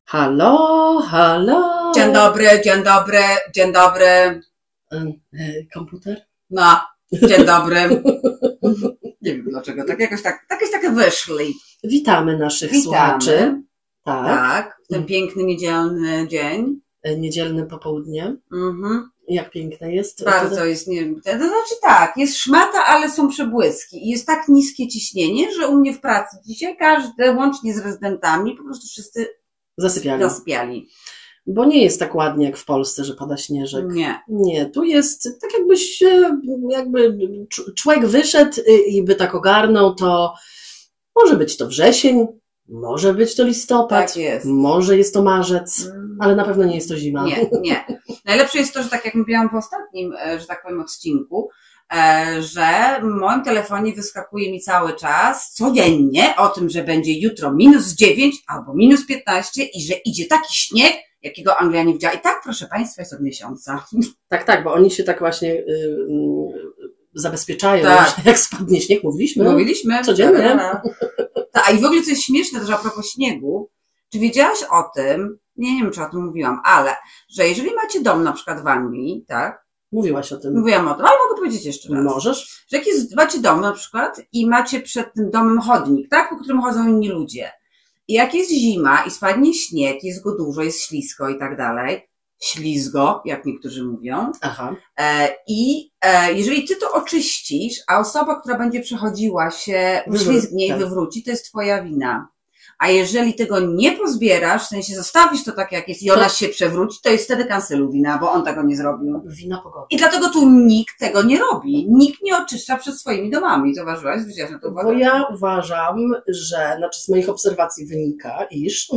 Halo, halo. Dzień dobry, dzień dobry, dzień dobry. Komputer? No, dzień dobry. Nie wiem dlaczego, jakoś tak wyszli. Witamy naszych słuchaczy. Tak, w ten piękny niedzielny dzień. Niedzielnym popołudniem. Mhm. Jak piękne jest. Bardzo jest, to znaczy tak, jest szmata, ale są przebłyski. I jest tak niskie ciśnienie, że u mnie w pracy dzisiaj każdy, łącznie z rezydentami, po prostu wszyscy zasypiali. Bo nie jest tak ładnie jak w Polsce, że pada śnieżek. Nie, tu jest tak jakby człowiek wyszedł i by tak ogarnął, to może być to wrzesień, może być to listopad, tak jest. Może jest to marzec, ale na pewno nie jest to zima. Nie. Najlepsze jest to, że tak jak mówiłam w ostatnim, że tak powiem, odcinku, że w moim telefonie wyskakuje mi cały czas, codziennie, o tym, że będzie jutro -9 albo -15 i że idzie taki śnieg, jakiego Anglia nie widziała. I tak, proszę Państwa, jest od miesiąca. Tak, bo oni się tak właśnie zabezpieczają, że jak spadnie śnieg, mówiliśmy codziennie. A i w ogóle co jest śmieszne, też a propos śniegu, czy wiedziałaś o tym, nie wiem, czy o tym mówiłam, ale, że jeżeli macie dom na przykład w Anglii, tak? Mówiłaś o tym. Mówiłam o tym, ale mogę powiedzieć jeszcze raz. Możesz? Że macie dom na przykład i macie przed tym domem chodnik, tak? Po którym chodzą inni ludzie. I jak jest zima i spadnie śnieg, jest go dużo, jest ślisko i tak dalej, ślizgo, jak niektórzy mówią. Aha. Jeżeli ty to oczyścisz, a osoba, która będzie przechodziła się ślizgnie i wywróci, to jest twoja wina. A jeżeli tego nie pozbierasz, w sensie zostawisz to tak jak jest i ona się przewróci, to jest wtedy kancelu wina, bo on tego nie zrobił. Wina pogody. I dlatego tu nikt tego nie robi. Nikt nie oczyszcza przed swoimi domami. Zauważyłaś? Zwróciłaś na to uwagę? Bo ja uważam, że, z moich obserwacji wynika, iż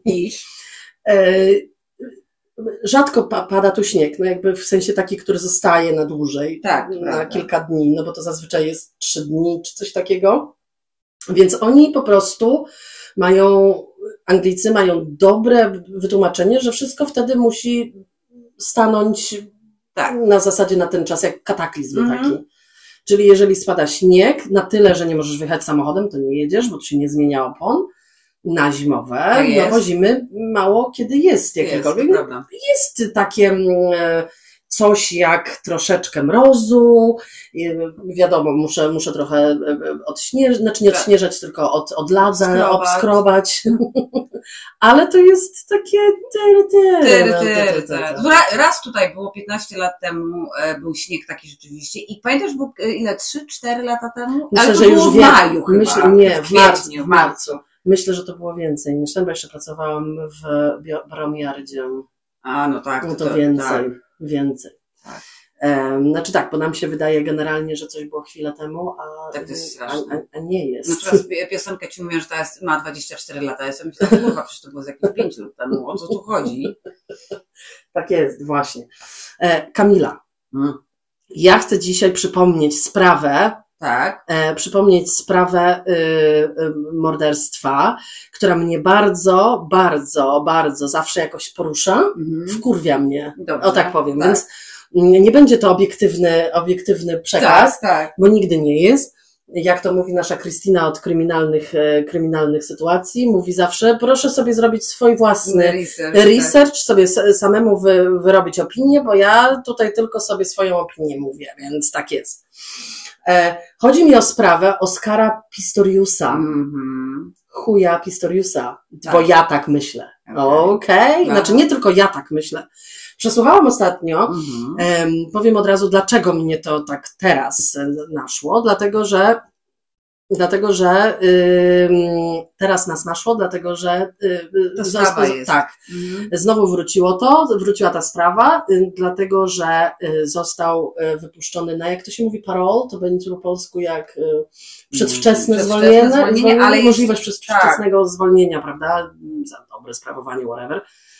rzadko pada tu śnieg, jakby w sensie taki, który zostaje na dłużej, na kilka dni, bo to zazwyczaj jest 3 dni czy coś takiego. Więc oni po prostu Anglicy mają dobre wytłumaczenie, że wszystko wtedy musi stanąć na zasadzie na ten czas, jak kataklizm taki. Czyli jeżeli spada śnieg na tyle, że nie możesz wyjechać samochodem, to nie jedziesz, bo tu się nie zmienia opon na zimowe, bo zimy mało kiedy jest jakiekolwiek. Jest takie coś jak troszeczkę mrozu, wiadomo, muszę trochę nie odśnieżać, tylko odladzać, obskrobać, ale to jest takie Raz tutaj było 15 lat temu, był śnieg taki rzeczywiście i pamiętasz, był ile, 3-4 lata temu? Myślę, ale to że było już w maju w marcu. Myślę, że to było więcej. Myślę, bo jeszcze pracowałam w Bromiardzie. No tak. No to więcej. Tak. Bo nam się wydaje generalnie, że coś było chwilę temu, a nie jest. No teraz piosenkę ci mówią, że teraz ma 24 lata. Ja sobie myślę, kurwa, przecież to było z jakieś 5 lat temu. O co tu chodzi? Tak jest, właśnie. Kamila, ja chcę dzisiaj przypomnieć sprawę, morderstwa, która mnie bardzo, bardzo, bardzo zawsze jakoś porusza, wkurwia mnie, tak powiem, więc nie będzie to obiektywny przekaz, bo nigdy nie jest. Jak to mówi nasza Krystyna od kryminalnych sytuacji, mówi zawsze, proszę sobie zrobić swój własny research, sobie samemu wyrobić opinię, bo ja tutaj tylko sobie swoją opinię mówię, więc tak jest. Chodzi mi o sprawę Oskara Pistoriusa. Chuja Pistoriusa, bo ja tak myślę. Okej. Znaczy nie tylko ja tak myślę. Przesłuchałam ostatnio, powiem od razu, dlaczego mnie to tak teraz naszło, dlatego że teraz nas naszło, dlatego że znowu wróciła ta sprawa, dlatego że został wypuszczony na, jak to się mówi, parole, to będzie po polsku jak przedwczesne zwolnienie, ale możliwość przedwczesnego zwolnienia, prawda, za dobre sprawowanie, whatever.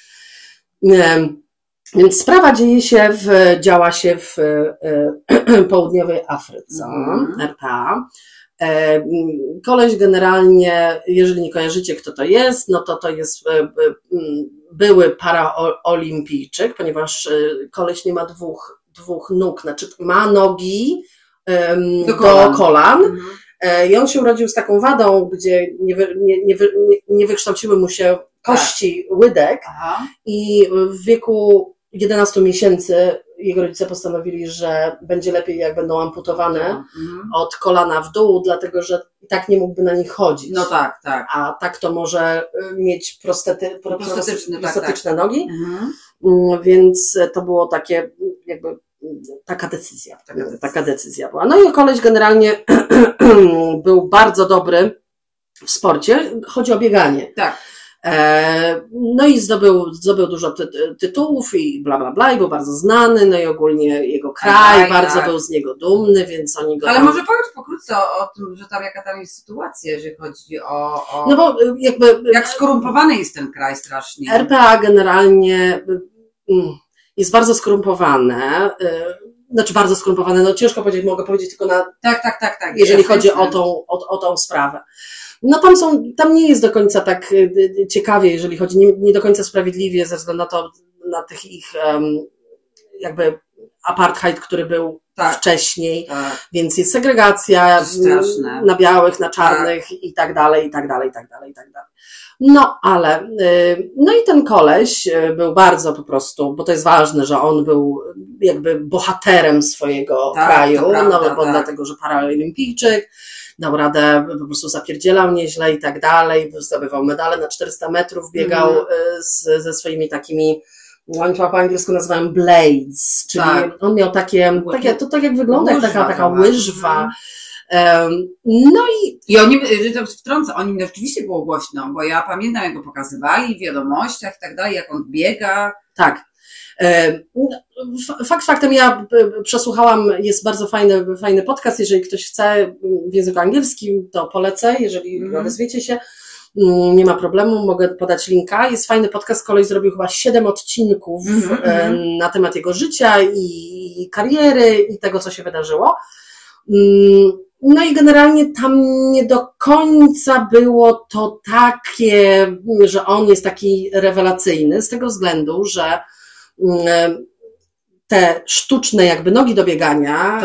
Więc sprawa działa się w południowej Afryce, RPA. Koleś generalnie, jeżeli nie kojarzycie, kto to jest, no to jest były paraolimpijczyk, ponieważ koleś nie ma dwóch nóg, znaczy ma nogi do kolan. I on się urodził z taką wadą, gdzie nie wykształciły mu się kości łydek i w wieku 11 miesięcy jego rodzice postanowili, że będzie lepiej, jak będą amputowane od kolana w dół, dlatego że i tak nie mógłby na nich chodzić. No tak. A tak to może mieć prostetyczne nogi, więc to było takie jakby taka decyzja była. No i koleś generalnie był bardzo dobry w sporcie, chodzi o bieganie. Tak. No i zdobył dużo tytułów i bla bla bla i był bardzo znany, no i ogólnie jego kraj bardzo był z niego dumny, więc oni go... Ale może powiedz pokrótce o tym, że tam jaka tam jest sytuacja, jeżeli chodzi o... No bo jakby... Jak skorumpowany jest ten kraj strasznie. RPA generalnie jest bardzo skorumpowane, bardzo skorumpowane, no ciężko powiedzieć, mogę powiedzieć tylko na... Tak. Jeżeli chodzi o tą sprawę. No tam nie jest do końca tak ciekawie, jeżeli chodzi, nie do końca sprawiedliwie ze względu na tych ich jakby apartheid, który był wcześniej, więc jest segregacja na białych, na czarnych i tak dalej. No ale, no i ten koleś był bardzo po prostu, bo to jest ważne, że on był jakby bohaterem swojego kraju, dlatego, że paraolimpijczyk, dał radę, po prostu zapierdzielał nieźle i tak dalej, zdobywał medale na 400 metrów, biegał ze swoimi takimi, oni to po angielsku nazywają blades, czyli on miał takie, to tak jak wygląda, jak taka łyżwa. No i oni, że to wtrącę, o nim rzeczywiście było głośno, bo ja pamiętam, jak go pokazywali w wiadomościach i tak dalej, jak on biega. Tak. Faktem, ja przesłuchałam, jest bardzo fajny podcast, jeżeli ktoś chce w języku angielskim, to polecę, jeżeli odezwiecie się, nie ma problemu, mogę podać linka. Jest fajny podcast, koleś zrobił chyba 7 odcinków na temat jego życia i kariery i tego, co się wydarzyło. No i generalnie tam nie do końca było to takie, że on jest taki rewelacyjny, z tego względu, że te sztuczne jakby nogi do biegania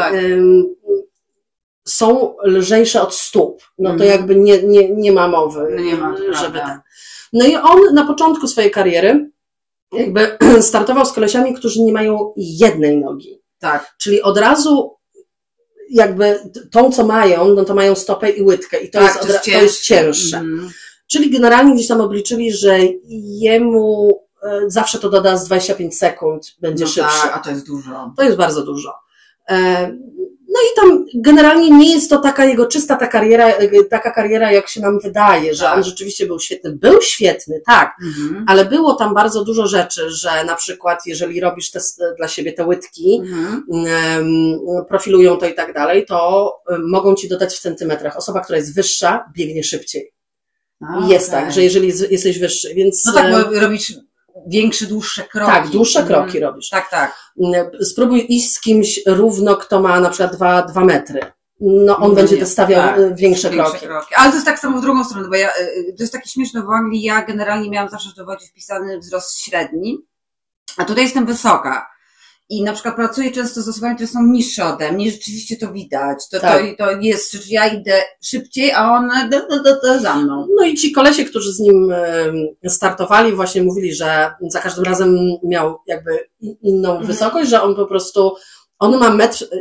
są lżejsze od stóp. No to jakby nie ma mowy, żeby ten. No i on na początku swojej kariery jakby startował z kolesiami, którzy nie mają jednej nogi. Tak. Czyli od razu jakby tą, co mają, no to mają stopę i łydkę i to jest cięższe. Czyli generalnie gdzieś tam obliczyli, że jemu zawsze to doda z 25 sekund, będzie szybszy. Tak, a to jest dużo. To jest bardzo dużo. No i tam generalnie nie jest to taka jego czysta taka kariera, jak się nam wydaje, że on rzeczywiście był świetny. Był świetny, tak, ale było tam bardzo dużo rzeczy, że na przykład jeżeli robisz dla siebie te łydki, profilują to i tak dalej, to mogą ci dodać w centymetrach. Osoba, która jest wyższa, biegnie szybciej. Jest tak, że jeżeli jesteś wyższy, więc... No tak, bo robisz większe, dłuższe kroki. Tak, dłuższe kroki robisz. Tak. Spróbuj iść z kimś równo, kto ma na przykład 2 metry. No on będzie dostawiał większe kroki. Ale to jest tak samo w drugą stronę, bo to jest takie śmieszne, w Anglii ja generalnie miałam zawsze w dowodzie wpisany wzrost średni, a tutaj jestem wysoka. I na przykład pracuję często z osobami, które są niższe ode mnie, rzeczywiście to widać. To jest, że ja idę szybciej, a one za mną. No i ci kolesie, którzy z nim startowali, właśnie mówili, że za każdym razem miał jakby inną wysokość, że on po prostu, on ma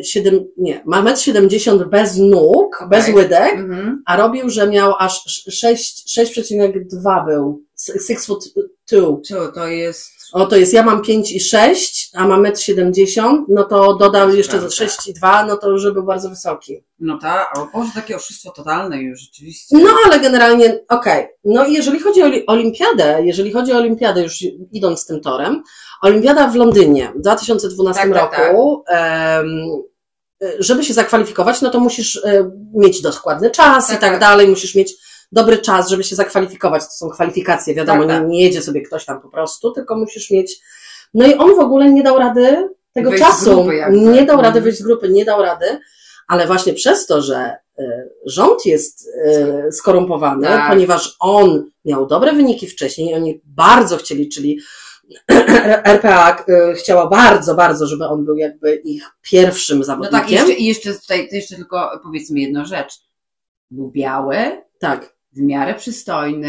1,70 m bez nóg, bez łydek, a robił, że miał aż 6,2 był. 6'2". To jest, ja mam 5,6, a mam 1,70 m, no to dodał jeszcze 6,2, no to już był bardzo wysoki. No tak, ale może takie oszustwo totalne już rzeczywiście. No ale generalnie, okej. No i jeżeli chodzi o olimpiadę, już idąc tym torem, olimpiada w Londynie w 2012 roku, żeby się zakwalifikować, no to musisz mieć dokładny czas i tak dalej, musisz mieć dobry czas, żeby się zakwalifikować. To są kwalifikacje, wiadomo, nie jedzie sobie ktoś tam po prostu, tylko musisz mieć... No i on w ogóle nie dał rady tego czasu. Nie dał rady wyjść z grupy, nie dał rady, ale właśnie przez to, że rząd jest skorumpowany, ponieważ on miał dobre wyniki wcześniej i oni bardzo chcieli, czyli RPA chciała bardzo, bardzo, żeby on był jakby ich pierwszym zawodnikiem. No tak, jeszcze tylko powiedzmy jedną rzecz. Był biały, tak, w miarę przystojny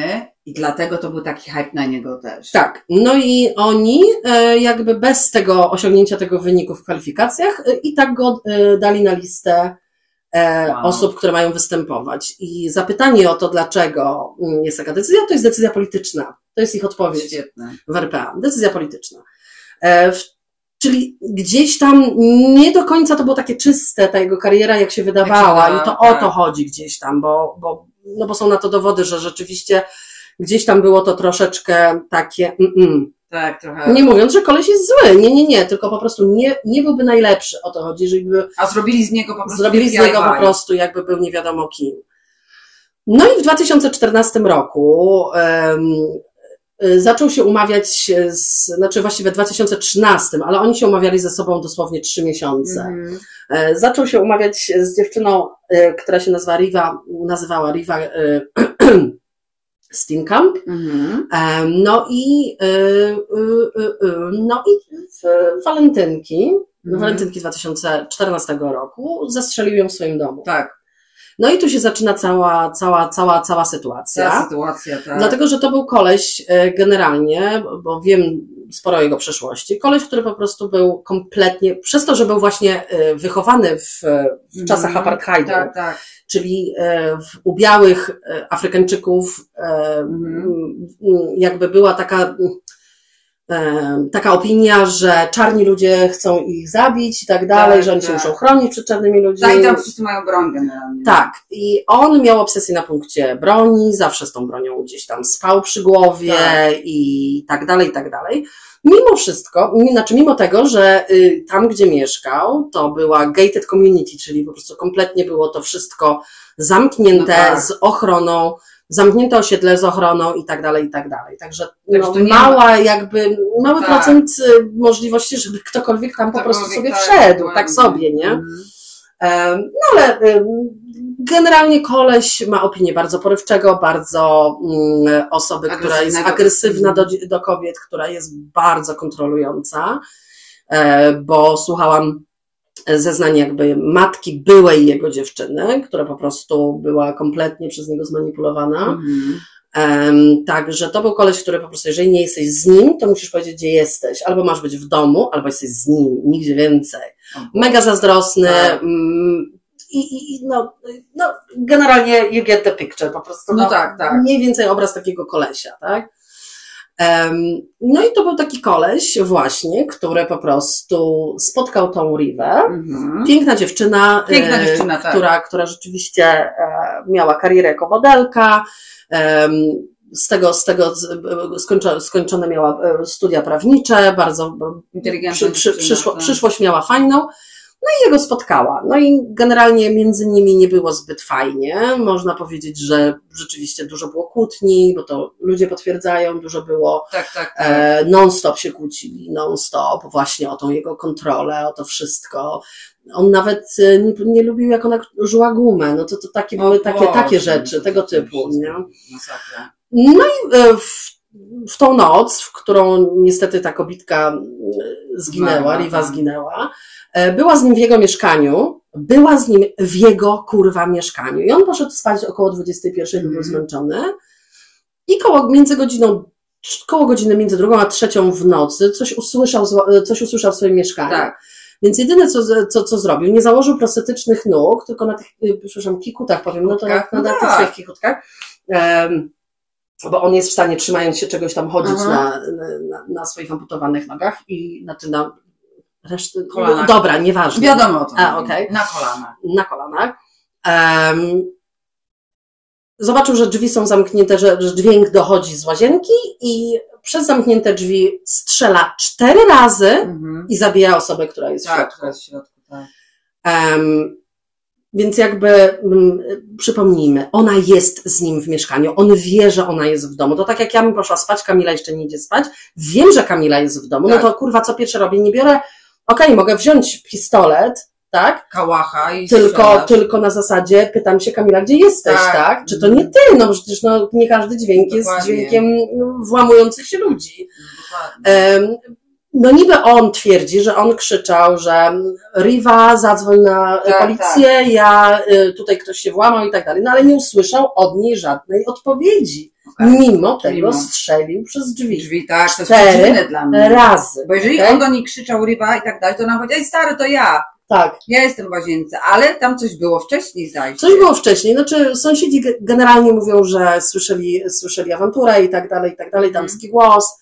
I dlatego to był taki hype na niego też. Tak. No i oni jakby bez tego osiągnięcia tego wyniku w kwalifikacjach i tak go dali na listę osób, które mają występować. I zapytanie o to, dlaczego jest taka decyzja, to jest decyzja polityczna. To jest ich odpowiedź. Świetne. W RPA. Decyzja polityczna. Czyli gdzieś tam nie do końca to było takie czyste, ta jego kariera, jak się wydawała. I to o to chodzi gdzieś tam, bo są na to dowody, że rzeczywiście gdzieś tam było to troszeczkę takie Tak, trochę. Nie mówiąc, że koleś jest zły. Nie, tylko po prostu nie byłby najlepszy. O to chodzi, żeby... A zrobili z niego po prostu... Zrobili z niego po prostu, jakby był nie wiadomo kim. No i w 2014 roku zaczął się umawiać, znaczy właściwie w 2013, ale oni się umawiali ze sobą dosłownie 3 miesiące. Zaczął się umawiać z dziewczyną, która się nazywała Riva Steenkamp. No i walentynki 2014 roku zastrzelił ją w swoim domu. Tak. No i tu się zaczyna cała sytuacja. Ta sytuacja, tak. Dlatego, że to był koleś generalnie, bo wiem sporo o jego przeszłości, koleś, który po prostu był kompletnie, przez to, że był właśnie wychowany w czasach apartheidu, tak. czyli u białych Afrykańczyków jakby była taka opinia, że czarni ludzie chcą ich zabić i tak dalej, że oni się muszą chronić przed czarnymi ludźmi. Tak, i tam wszyscy mają broń generalnie. Tak, i on miał obsesję na punkcie broni, zawsze z tą bronią gdzieś tam spał przy głowie i tak dalej, i tak dalej. Mimo wszystko, mimo tego, że tam, gdzie mieszkał, to była gated community, czyli po prostu kompletnie było to wszystko zamknięte z ochroną, zamknięte osiedle z ochroną i tak dalej, i tak dalej. Także mały procent możliwości, żeby ktokolwiek tam po prostu sobie wszedł, tak sobie, nie? No ale generalnie koleś ma opinię bardzo porywczego, bardzo osoby, która jest agresywna do kobiet, która jest bardzo kontrolująca, bo słuchałam zeznań jakby matki byłej jego dziewczyny, która po prostu była kompletnie przez niego zmanipulowana. Także to był koleś, który po prostu, jeżeli nie jesteś z nim, to musisz powiedzieć, gdzie jesteś. Albo masz być w domu, albo jesteś z nim, nigdzie więcej. Mega zazdrosny. Generalnie you get the picture, po prostu. Tak. Mniej więcej obraz takiego kolesia, tak? No i to był taki koleś właśnie, który po prostu spotkał tą Rivę. Piękna dziewczyna, która rzeczywiście miała karierę jako modelka. Skończone miała studia prawnicze, bardzo inteligentna przyszłość miała fajną. No i jego spotkała. No i generalnie między nimi nie było zbyt fajnie. Można powiedzieć, że rzeczywiście dużo było kłótni, bo to ludzie potwierdzają, dużo było. Tak. Non-stop się kłócili, non-stop właśnie o tą jego kontrolę, o to wszystko. On nawet nie lubił, jak ona żuła gumę. No to takie były takie rzeczy, tego typu, nie? No i w tą noc, w którą niestety ta kobitka zginęła, Riva zginęła, była z nim w jego mieszkaniu, mieszkaniu i on poszedł spać około 21, był zmęczony i koło godziny między 2 a 3 w nocy coś usłyszał w swoim mieszkaniu. Tak. Więc jedyne co zrobił, nie założył prostetycznych nóg, tylko na tych, kikutach powiem, no to na tych swoich kikutkach, bo on jest w stanie, trzymając się czegoś tam, chodzić na swoich amputowanych nogach i na reszty. Kolanach. Dobra, nieważne. Wiadomo o to. Okay. Na kolanach. Zobaczył, że drzwi są zamknięte, że dźwięk dochodzi z łazienki i przez zamknięte drzwi strzela 4 razy i zabija osobę, która jest w środku. Więc jakby przypomnijmy, ona jest z nim w mieszkaniu, on wie, że ona jest w domu. To tak jak ja bym poszła spać, Kamila jeszcze nie idzie spać, wiem, że Kamila jest w domu, no to kurwa, co pierwsze robię? Nie biorę, mogę wziąć pistolet, tak? Kałacha i tylko na zasadzie pytam się, Kamila, gdzie jesteś, tak? Czy to nie ty? No przecież nie każdy dźwięk jest dźwiękiem włamujących się ludzi. No niby on twierdzi, że on krzyczał, że Riva, zadzwoń na policję, tutaj ktoś się włamał i tak dalej, no ale nie usłyszał od niej żadnej odpowiedzi. Mimo tego strzelił przez drzwi. Drzwi, tak, to 4 jest dla mnie. razy. Bo jeżeli on do niej krzyczał, rywa i tak dalej, to ona powiedziała, stary, to ja. Tak. Ja jestem w łazience, ale tam coś było wcześniej, zdaje się. Coś było wcześniej. Znaczy, sąsiedzi generalnie mówią, że słyszeli awanturę i tak dalej, damski głos.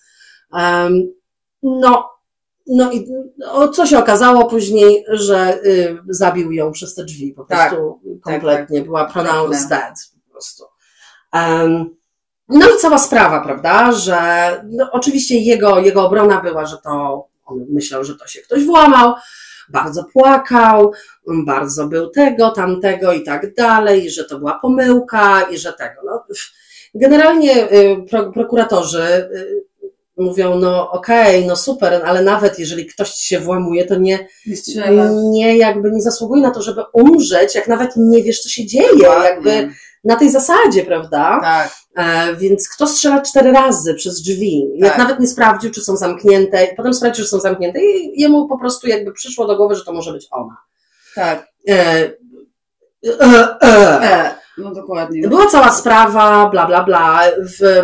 No i co się okazało później, że zabił ją przez te drzwi. Po prostu kompletnie. Była pronounced dead po prostu. No i cała sprawa, prawda, że oczywiście jego obrona była, że to on myślał, że to się ktoś włamał, bardzo płakał, bardzo był tego, tamtego i tak dalej, że to była pomyłka i że tego. No, generalnie prokuratorzy mówią, no okej, no super, ale nawet jeżeli ktoś się włamuje, to nie jakby nie zasługuje na to, żeby umrzeć, jak nawet nie wiesz, co się dzieje, jakby na tej zasadzie, prawda? Tak. Więc kto strzela 4 razy przez drzwi, jak nawet nie sprawdził, czy są zamknięte, i potem sprawdził, że są zamknięte i jemu po prostu jakby przyszło do głowy, że to może być ona. Tak. No dokładnie. Była cała sprawa, bla, bla, bla. W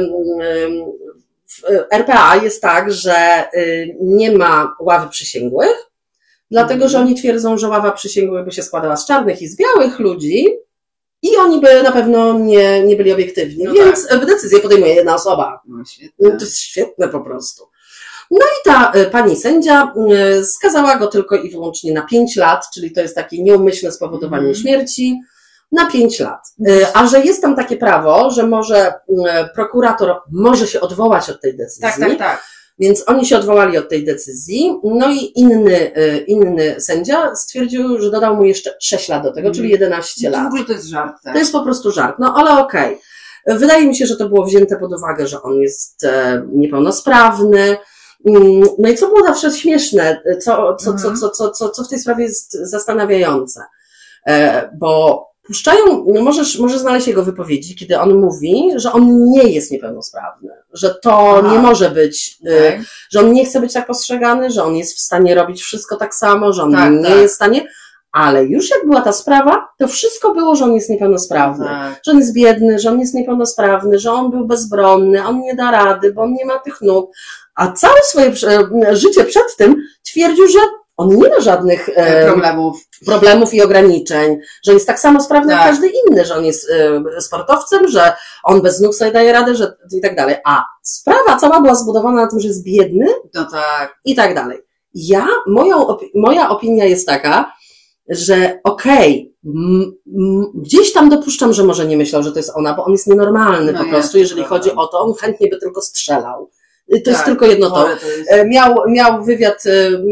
RPA jest tak, że nie ma ławy przysięgłych, dlatego, że oni twierdzą, że ława przysięgłych by się składała z czarnych i z białych ludzi i oni by na pewno nie byli obiektywni, więc decyzję podejmuje jedna osoba. No, świetne. To jest świetne po prostu. No i ta pani sędzia skazała go tylko i wyłącznie na 5 lat, czyli to jest takie nieumyślne spowodowanie śmierci, na 5 lat. A że jest tam takie prawo, że prokurator może się odwołać od tej decyzji. Tak. Więc oni się odwołali od tej decyzji, no i inny sędzia stwierdził, że dodał mu jeszcze 6 lat do tego, czyli 11 lat. W ogóle to jest żart. Tak? To jest po prostu żart, no ale okej. Wydaje mi się, że to było wzięte pod uwagę, że on jest niepełnosprawny. No i co było zawsze śmieszne, co w tej sprawie jest zastanawiające, bo puszczają, możesz znaleźć jego wypowiedzi, kiedy on mówi, że on nie jest niepełnosprawny, że to nie może być, że on nie chce być tak postrzegany, że on jest w stanie robić wszystko tak samo, że on nie jest w stanie, ale już jak była ta sprawa, to wszystko było, że on jest niepełnosprawny, że on jest biedny, że on jest niepełnosprawny, że on był bezbronny, on nie da rady, bo on nie ma tych nóg, a całe swoje życie przed tym twierdził, że on nie ma żadnych problemów i ograniczeń, że jest tak samo sprawny jak każdy inny, że on jest sportowcem, że on bez nóg sobie daje radę, że i tak dalej. A sprawa cała była zbudowana na tym, że jest biedny i tak dalej. Moja opinia jest taka, że gdzieś tam dopuszczam, że może nie myślał, że to jest ona, bo on jest nienormalny po prostu, jeżeli chodzi o to, on chętnie by tylko strzelał. To jest tylko jedno to. Miał wywiad,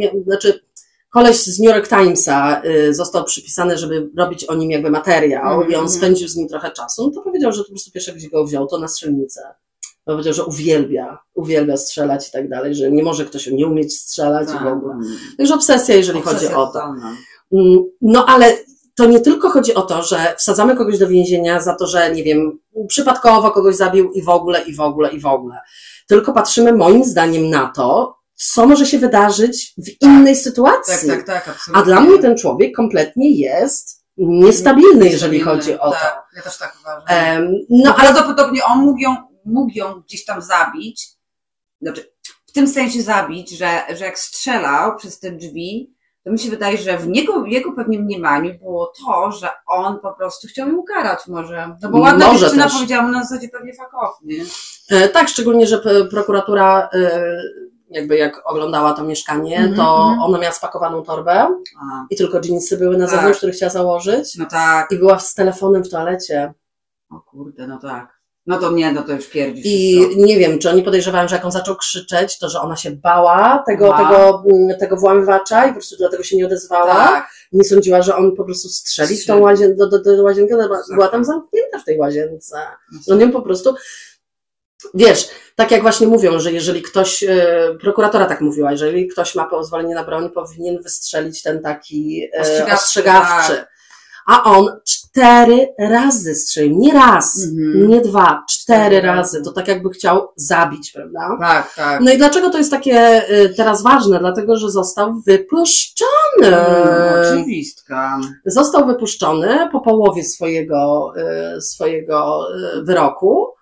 koleś z New York Timesa został przypisany, żeby robić o nim jakby materiał i on spędził z nim trochę czasu. No to powiedział, że to po prostu pierwsze, gdzie go wziął, to na strzelnicę. Powiedział, że uwielbia strzelać i tak dalej, że nie może ktoś nie umieć strzelać i w ogóle. Także obsesja, jeżeli chodzi o to. No ale to nie tylko chodzi o to, że wsadzamy kogoś do więzienia za to, że nie wiem, przypadkowo kogoś zabił i w ogóle. Tylko patrzymy moim zdaniem na to, co może się wydarzyć w innej sytuacji. Tak, absolutnie. A dla mnie ten człowiek kompletnie jest niestabilny, jeżeli chodzi o to. Ja też tak uważam. No, ale prawdopodobnie on mógł ją gdzieś tam zabić, znaczy w tym sensie zabić, że jak strzelał przez te drzwi, to mi się wydaje, że w jego pewnie mniemaniu było to, że on po prostu chciał ją ukarać może. No bo ładna dziewczyna powiedziała mu na zasadzie pewnie fuck off, nie? Tak, szczególnie, że prokuratura jakby jak oglądała to mieszkanie, to ona miała spakowaną torbę i tylko dżinsy były na zewnątrz, które chciała założyć. No tak. I była z telefonem w toalecie. O kurde, no tak. No to nie, no to już pierdzi I wszystko. nie wiem, czy oni podejrzewają, że jak on zaczął krzyczeć, to że ona się bała tego włamywacza i po prostu dlatego się nie odezwała. Tak. Nie sądziła, że on po prostu strzeli w tą łazienkę, do łazienki, była tam zamknięta w tej łazience. No nie po prostu, wiesz, tak jak właśnie mówią, że jeżeli ktoś, prokuratora tak mówiła, jeżeli ktoś ma pozwolenie na broń, powinien wystrzelić ten taki ostrzegawczy. Tak. A on 4 razy strzelił, nie raz, nie 2, 4 razy. To tak jakby chciał zabić, prawda? Tak, tak. No i dlaczego to jest takie teraz ważne? Dlatego, że został wypuszczony. Oczywistka. Został wypuszczony po połowie swojego wyroku.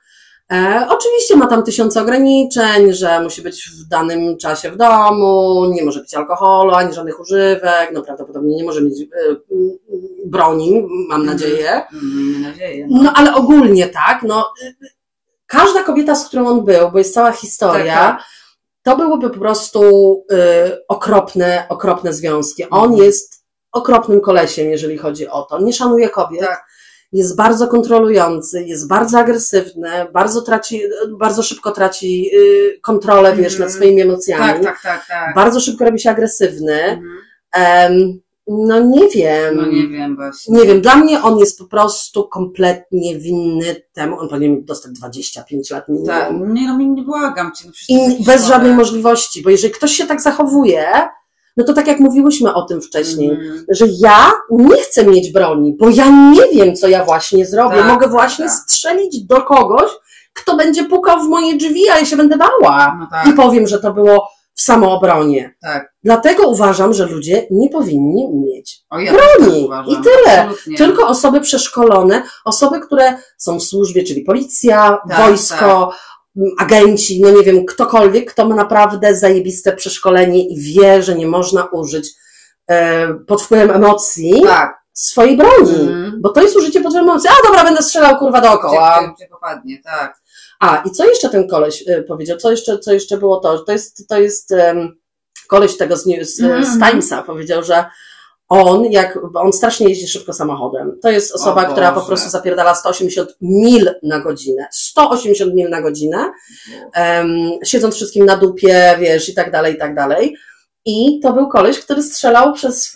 Oczywiście ma tam 1000 ograniczeń, że musi być w danym czasie w domu, nie może pić alkoholu, ani żadnych używek, no prawdopodobnie nie może mieć broni, mam nadzieję. No ale ogólnie tak, no każda kobieta, z którą on był, bo jest cała historia, to byłyby po prostu okropne związki. On jest okropnym kolesiem, jeżeli chodzi o to. On nie szanuje kobiet. Jest bardzo kontrolujący, jest bardzo agresywny, bardzo szybko traci kontrolę, wiesz, nad swoimi emocjami. Tak. Bardzo szybko robi się agresywny. No nie wiem. No nie wiem właśnie. Nie wiem, dla mnie on jest po prostu kompletnie winny temu, on powinien dostać 25 lat minimum. Tak, nie błagam cię. I bez żadnej możliwości, bo jeżeli ktoś się tak zachowuje, no to tak jak mówiłyśmy o tym wcześniej, że ja nie chcę mieć broni, bo ja nie wiem, co ja właśnie zrobię. Mogę właśnie strzelić do kogoś, kto będzie pukał w moje drzwi, a ja się będę bała. I powiem, że to było w samoobronie. Dlatego uważam, że ludzie nie powinni mieć broni. I tyle. Absolutnie. Tylko osoby przeszkolone, osoby, które są w służbie, czyli policja, wojsko, agenci, no nie wiem, ktokolwiek, kto ma naprawdę zajebiste przeszkolenie i wie, że nie można użyć pod wpływem emocji swojej broni. Bo to jest użycie pod wpływem emocji. A dobra, będę strzelał kurwa dookoła. Gdzie popadnie, tak. I co jeszcze ten koleś powiedział? Co jeszcze było to? To jest koleś tego z Timesa powiedział, że on strasznie jeździ szybko samochodem. To jest osoba, która po prostu zapierdala 180 mil na godzinę. 180 mil na godzinę. Siedząc wszystkim na dupie, wiesz, i tak dalej, i tak dalej. I to był koleś, który strzelał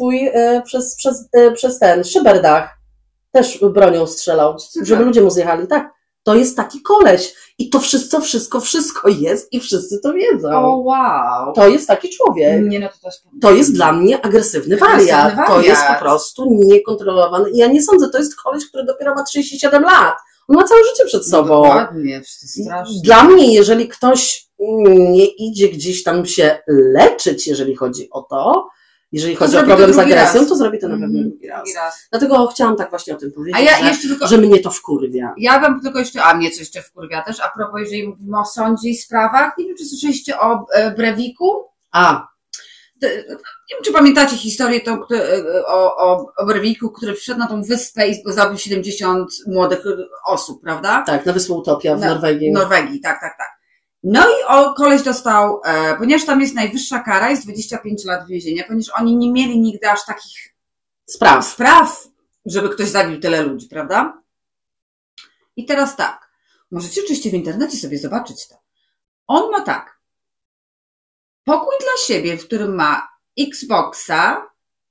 przez ten szyberdach. Też bronią strzelał, żeby ludzie mu zjechali. Tak. To jest taki koleś. I to wszystko jest i wszyscy to wiedzą. Wow. To jest taki człowiek. To jest dla mnie agresywny wariat. To jest po prostu niekontrolowany. I ja nie sądzę, to jest koleś, który dopiero ma 37 lat. On ma całe życie przed sobą. Dokładnie, to jest straszne. Dla mnie, jeżeli ktoś nie idzie gdzieś tam się leczyć, jeżeli chodzi o to, jeżeli chodzi o problem z agresją, to zrobi to na pewno drugi raz. Dlatego chciałam tak właśnie o tym powiedzieć, że mnie to wkurwia. Ja wam tylko jeszcze, mnie coś jeszcze wkurwia też, a propos, jeżeli mówimy o sądzie i sprawach, nie wiem, czy słyszeliście o Breiviku? Nie wiem, czy pamiętacie historię o Breiviku, który wszedł na tą wyspę i zabił 70 młodych osób, prawda? Tak, na wyspę Utopia w Norwegii. W Norwegii, tak. No i koleś dostał, ponieważ tam jest najwyższa kara, jest 25 lat więzienia, ponieważ oni nie mieli nigdy aż takich spraw, żeby ktoś zabił tyle ludzi, prawda? I teraz tak, możecie oczywiście w internecie sobie zobaczyć to. On ma tak, pokój dla siebie, w którym ma Xboxa,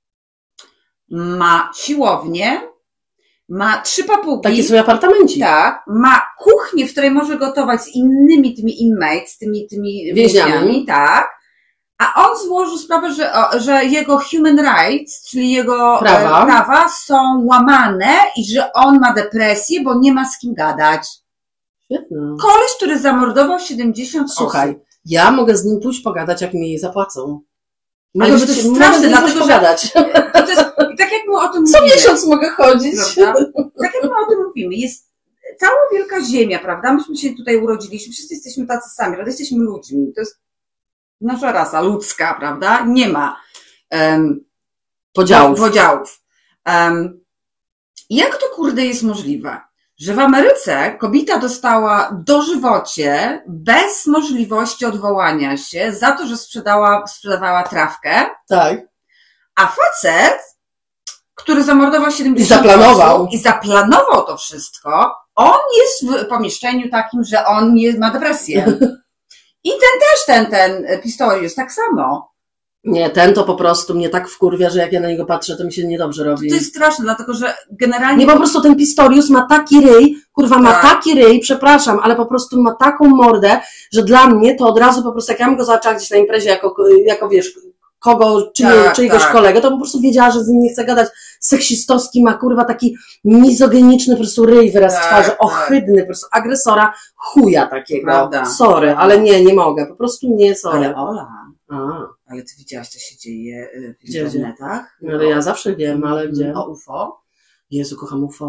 ma siłownię, ma 3 papugi. Taki swój apartamencik. Tak. Ma kuchnię, w której może gotować z innymi tymi inmates, tymi więźniami, tak. A on złożył sprawę, że jego human rights, czyli jego prawa są łamane i że on ma depresję, bo nie ma z kim gadać. Świetne. Koleś, który zamordował 70 osób. Słuchaj, ja mogę z nim pójść pogadać, jak mi zapłacą. Ale to jest straszne, dlatego że to jest, tak jak my o tym mówimy. Co miesiąc mogę chodzić. Prawda? Tak jak my o tym mówimy, jest cała wielka ziemia, prawda? Myśmy się tutaj urodziliśmy, wszyscy jesteśmy tacy sami, prawda? Jesteśmy ludźmi. To jest nasza rasa ludzka, prawda? Nie ma podziałów. Jak to kurde jest możliwe? Że w Ameryce kobieta dostała dożywocie bez możliwości odwołania się za to, że sprzedawała trawkę. Tak. A facet, który zamordował 70 osób i zaplanował to wszystko, on jest w pomieszczeniu takim, że on ma depresję. I ten Pistorius tak samo. Nie, ten to po prostu mnie tak wkurwia, że jak ja na niego patrzę, to mi się niedobrze robi. To jest straszne, dlatego że generalnie... Nie, po prostu ten Pistorius ma taki ryj, ma taki ryj, przepraszam, ale po prostu ma taką mordę, że dla mnie to od razu po prostu, jak ja bym go zobaczyła gdzieś na imprezie jako wiesz, czyjegoś kolegę, to po prostu wiedziała, że z nim nie chce gadać. Seksistowski ma taki mizogeniczny po prostu ryj, wyraz twarzy, ohydny, po prostu agresora, chuja takiego. Prawda. Sorry, ale nie mogę, po prostu nie, sorry. Ale Ola, ale ty widziałaś, co się dzieje w internetach? Ale ja zawsze wiem, ale gdzie? O UFO? Jezu, kocham UFO.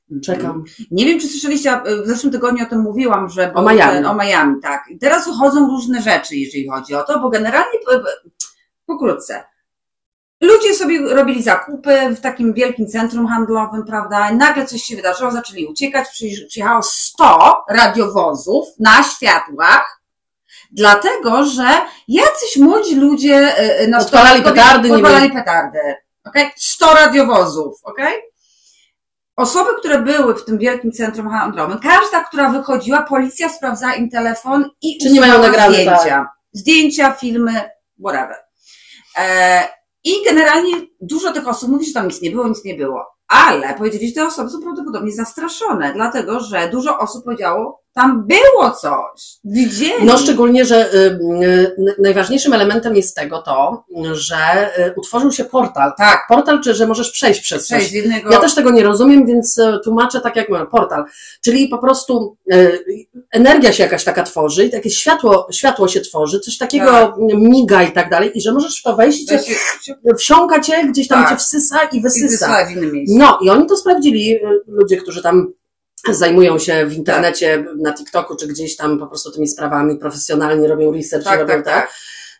Czekam. Nie wiem, czy słyszeliście, w zeszłym tygodniu o tym mówiłam, że... O Miami, tak. I teraz wychodzą różne rzeczy, jeżeli chodzi o to, bo generalnie, pokrótce, ludzie sobie robili zakupy w takim wielkim centrum handlowym, prawda? I nagle coś się wydarzyło, zaczęli uciekać, przyjechało 100 radiowozów na światłach, dlatego, że jacyś młodzi ludzie podpalali petardy. Okay? 100 radiowozów, okej? Osoby, które były w tym wielkim centrum handlowym, każda, która wychodziła, policja sprawdzała im telefon i czy nie mają nagrane zdjęcia. Tak. Zdjęcia, filmy, whatever. I generalnie dużo tych osób mówi, że tam nic nie było. Ale powiedzieli, że te osoby są prawdopodobnie zastraszone, dlatego, że dużo osób powiedziało, tam było coś, widzieli. No szczególnie, że najważniejszym elementem jest tego to, że utworzył się portal. Tak. Portal, czy że możesz przejść przez coś. Jednego... Ja też tego nie rozumiem, więc tłumaczę tak jak mówię, portal. Czyli po prostu energia się jakaś taka tworzy, jakieś światło się tworzy, coś takiego miga i tak dalej, i że możesz w to wejść i wsiąka cię, gdzieś tam cię wsysa i wysysa. W innym miejscu. No i oni to sprawdzili, ludzie, którzy tam zajmują się w internecie, na TikToku, czy gdzieś tam po prostu tymi sprawami, profesjonalnie robią research, tak.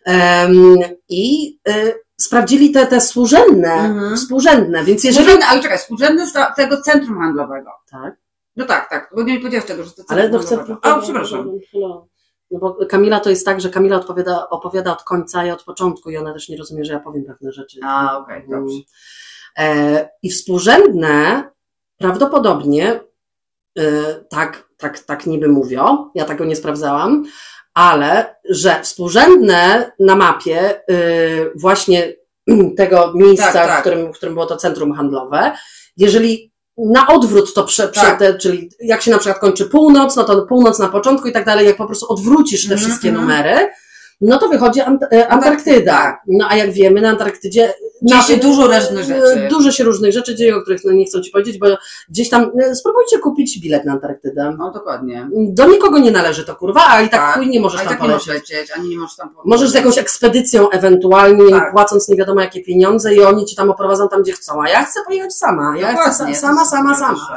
I sprawdzili te współrzędne, więc jeżeli... Ale czekaj, współrzędne z tego centrum handlowego. Tak. No tak, bo nie powiedziałeś tego, że to centrum handlowego. Przepraszam. No bo Kamila to jest tak, że Kamila opowiada od końca i od początku i ona też nie rozumie, że ja powiem pewne rzeczy. Okej, dobrze. I współrzędne prawdopodobnie tak niby mówią, ja tego nie sprawdzałam, ale że współrzędne na mapie właśnie tego miejsca, w którym było to centrum handlowe, jeżeli na odwrót to czyli jak się na przykład kończy północ, no to północ na początku i tak dalej, jak po prostu odwrócisz te wszystkie numery, no to wychodzi Antarktyda. No a jak wiemy, na Antarktydzie dzieje się dużo różnych rzeczy. Dużo się różnych rzeczy dzieje, o których nie chcę ci powiedzieć, bo gdzieś tam spróbujcie kupić bilet na Antarktydę. No dokładnie. Do nikogo nie należy to, kurwa, a i tak chuj nie możesz tam polecieć. Ani nie możesz tam polecieć. Możesz z jakąś ekspedycją ewentualnie, płacąc nie wiadomo jakie pieniądze i oni ci tam oprowadzą tam, gdzie chcą, a ja chcę pojechać sama. Ja chcę sama.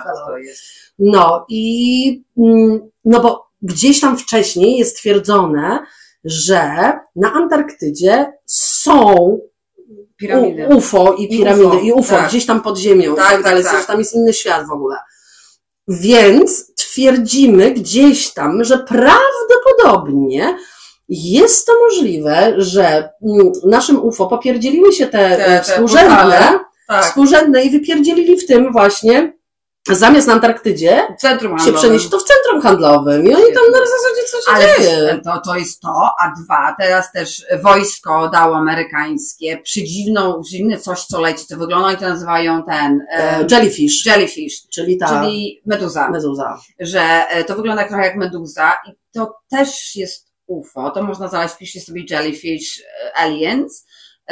No i bo gdzieś tam wcześniej jest twierdzone, że na Antarktydzie są piramidy. UFO i piramidy i UFO gdzieś tam pod ziemią i tak dalej, że tam jest inny świat w ogóle. Więc twierdzimy gdzieś tam, że prawdopodobnie jest to możliwe, że naszym UFO popierdzieliły się te współrzędne i wypierdzielili w tym właśnie zamiast na Antarktydzie się przenieść to w centrum handlowym i oni tam na zasadzie co się dzieje. To jest to, a dwa, teraz też wojsko dało amerykańskie dziwne coś, co leci, co wygląda i to nazywają Jellyfish, czyli meduza. Że to wygląda trochę jak meduza i to też jest UFO, to można znaleźć, piszcie sobie Jellyfish Aliens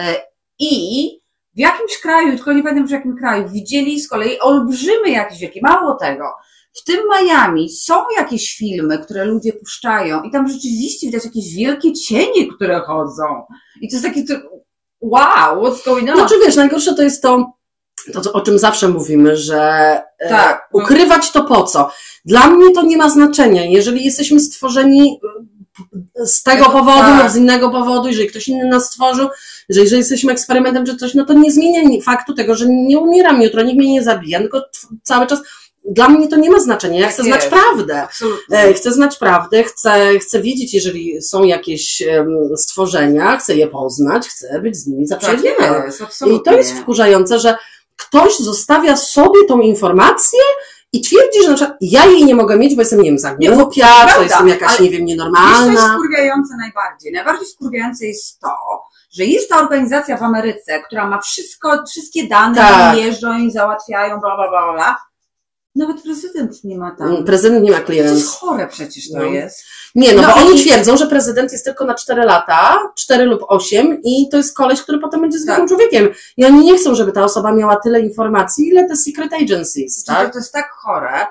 i w jakimś kraju, tylko nie pamiętam w jakim kraju, widzieli z kolei olbrzymy jakieś wielkie, mało tego. W tym Miami są jakieś filmy, które ludzie puszczają i tam rzeczywiście widać jakieś wielkie cienie, które chodzą. I to jest takie, wow, what's going on? Znaczy wiesz, najgorsze to jest to, o czym zawsze mówimy, że ukrywać to po co? Dla mnie to nie ma znaczenia. Jeżeli jesteśmy stworzeni z tego powodu lub z innego powodu, jeżeli ktoś inny nas stworzył, że jeżeli jesteśmy eksperymentem czy coś, no to nie zmienia faktu tego, że nie umieram jutro, nikt mnie nie zabija, tylko cały czas dla mnie to nie ma znaczenia. Ja chcę znać prawdę. Chcę znać prawdę, chcę wiedzieć, jeżeli są jakieś stworzenia, chcę je poznać, chcę być z nimi zaprzyjaźniona. I to jest wkurzające, że ktoś zostawia sobie tą informację i twierdzi, że na przykład ja jej nie mogę mieć, bo jestem, nie wiem, za głupia, co jestem jakaś, nie wiem, nienormalna. Wiesz, to jest wkurwiające najbardziej. Najbardziej wkurwiające jest to, że jest ta organizacja w Ameryce, która ma wszystkie dane, jeżdżą i załatwiają, bla, bla, bla, bla. Nawet prezydent nie ma tam. Prezydent nie ma klientów. To jest chore przecież to jest. Nie, bo oni twierdzą, że prezydent jest tylko na 4 lata, 4 lub 8 i to jest koleś, który potem będzie zwykłym człowiekiem. I oni nie chcą, żeby ta osoba miała tyle informacji, ile te secret agencies. Tak? To jest tak chore.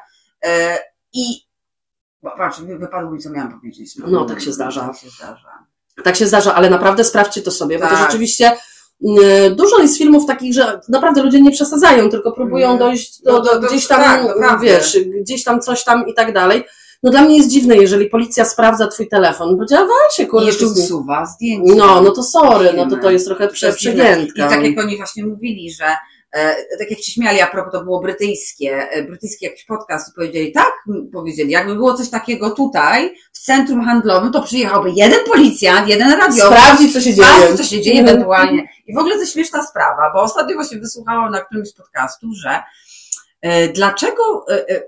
Patrz, wypadło mi, co miałam powiedzieć. Tak się zdarza. Tak się zdarza, ale naprawdę sprawdźcie to sobie, bo to rzeczywiście Dużo jest filmów takich, że naprawdę ludzie nie przesadzają, tylko próbują dojść do gdzieś tam, tak, wiesz, gdzieś tam coś tam i tak dalej. No dla mnie jest dziwne, jeżeli policja sprawdza twój telefon, bo działa się, kurde. Jeszcze usuwa zdjęcia. No to sorry, no to jest trochę przegiętka. I tak jak oni właśnie mówili, że tak jak się śmiali, a propos to było brytyjski jakiś podcast, to powiedzieli, jakby było coś takiego tutaj, w centrum handlowym, to przyjechałby jeden policjant, jeden radiowy. Sprawdzić, co się dzieje ewentualnie. I w ogóle to śmieszna sprawa, bo ostatnio właśnie wysłuchałam na którymś z podcastów, że dlaczego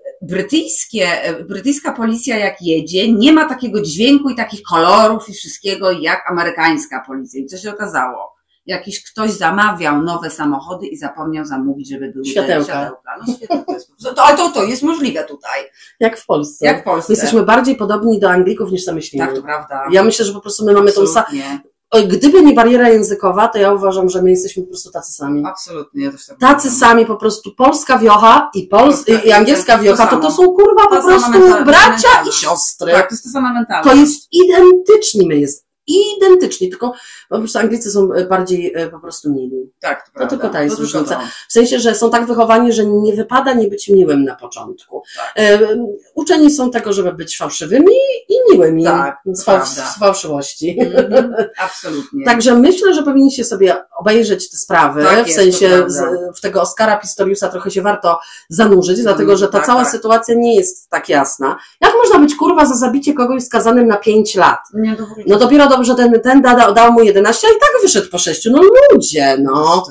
brytyjska policja jak jedzie, nie ma takiego dźwięku i takich kolorów i wszystkiego jak amerykańska policja. I co się okazało? Jakiś ktoś zamawiał nowe samochody i zapomniał zamówić, żeby były światełka. No świetnie, to jest możliwe tutaj. Jak w Polsce. My jesteśmy bardziej podobni do Anglików niż sobie myślimy. Tak, to prawda. Ja myślę, że po prostu my mamy tą samą... Gdyby nie bariera językowa, to ja uważam, że my jesteśmy po prostu tacy sami. Absolutnie. Ja też tak tacy sami po prostu. Polska wiocha i angielska wiocha, to są kurwa po prostu bracia i siostry. Tak, to jest to sama mentalność. To jest identyczni, my jest. Identyczni, tylko po prostu Anglicy są bardziej po prostu mili. Tak, to prawda. To tylko ta jest różnica. W sensie, że są tak wychowani, że nie wypada nie być miłym na początku. Tak. Uczeni są tego, żeby być fałszywymi i miłymi. Tak, z fałszywości. Absolutnie. Także myślę, że powinniście sobie obejrzeć te sprawy. Tak, w sensie w tego Oscara Pistoriusa trochę się warto zanurzyć, dlatego że ta cała sytuacja nie jest tak jasna. Jak można być kurwa za zabicie kogoś skazanym na 5 lat? Nie, no dopiero dobrze ten dał mu 11, a i tak wyszedł po 6. No ludzie, no.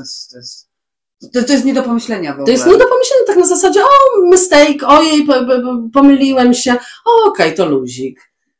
To jest nie do pomyślenia w ogóle. To jest nie do pomyślenia, tak na zasadzie, mistake, ojej, pomyliłem się, okej, to luzik.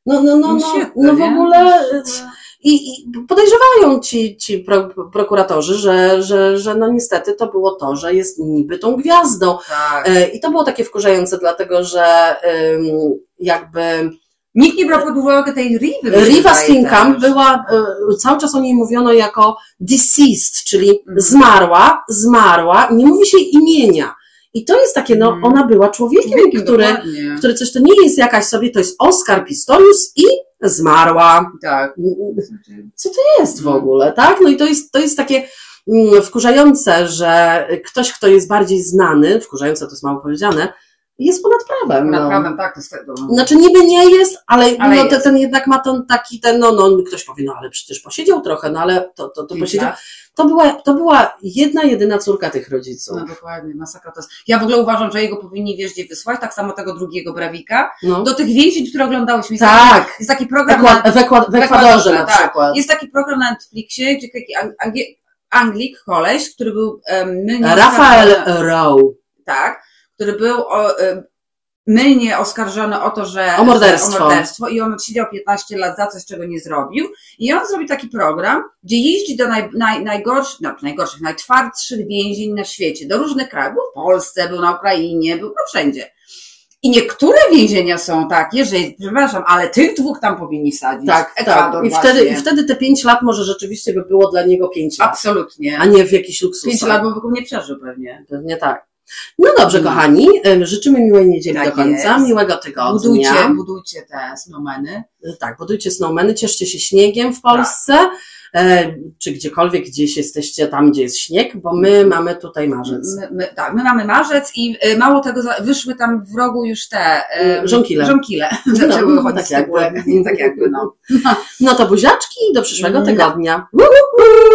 No w ogóle... I podejrzewają ci prokuratorzy, że no niestety to było to, że jest niby tą gwiazdą. Tak. I to było takie wkurzające, dlatego że jakby... Nikt nie brał pod uwagę tej Rivy. Riva Steenkamp była, cały czas o niej mówiono jako deceased, czyli zmarła, nie mówi się imienia. I to jest takie, no ona była człowiekiem, który coś, to nie jest jakaś sobie, to jest Oscar Pistorius i zmarła. Tak. Co to jest w ogóle, tak? No i to jest takie wkurzające, że ktoś, kto jest bardziej znany, wkurzające to jest mało powiedziane, jest ponad prawem. Ponad prawem, tak. To jest tego. Znaczy niby nie jest, ale jest. Ten jednak ma ktoś powie, no ale przecież posiedział trochę, no ale to posiedział. To była jedyna córka tych rodziców. No dokładnie, masakra to jest. Ja w ogóle uważam, że jego powinni wieździe wysłać, tak samo tego drugiego Brawika, do tych więzień, które oglądałyśmy. Tak. Jest taki program w Ekwadorze na przykład. Jest taki program na Netflixie, gdzie taki Anglik, koleś, który był Rafael Rowe. Tak, który był mylnie oskarżony o to, że o morderstwo i on odsiedział 15 lat za coś, czego nie zrobił. I on zrobił taki program, gdzie jeździ do najtwardszych więzień na świecie, do różnych krajów. Był w Polsce, był na Ukrainie, był wszędzie. I niektóre więzienia są takie, że, przepraszam, ale tych dwóch tam powinni wsadzić. Tak, Ekwador I wtedy te 5 lat może rzeczywiście by było dla niego 5 lat. Absolutnie. A nie w jakiś luksusach. 5 lat by nie przeżył pewnie. Pewnie tak. No dobrze, kochani, życzymy miłej niedzieli do końca, miłego tygodnia. Budujcie te snowmeny. Tak, budujcie snowmeny, cieszcie się śniegiem w Polsce, czy gdziekolwiek, gdzieś jesteście, tam gdzie jest śnieg, bo my mamy tutaj marzec. My mamy marzec i mało tego, wyszły tam w rogu już te żonkile. Zaczęły chodzić tak jakby, No to buziaczki i do przyszłego tygodnia.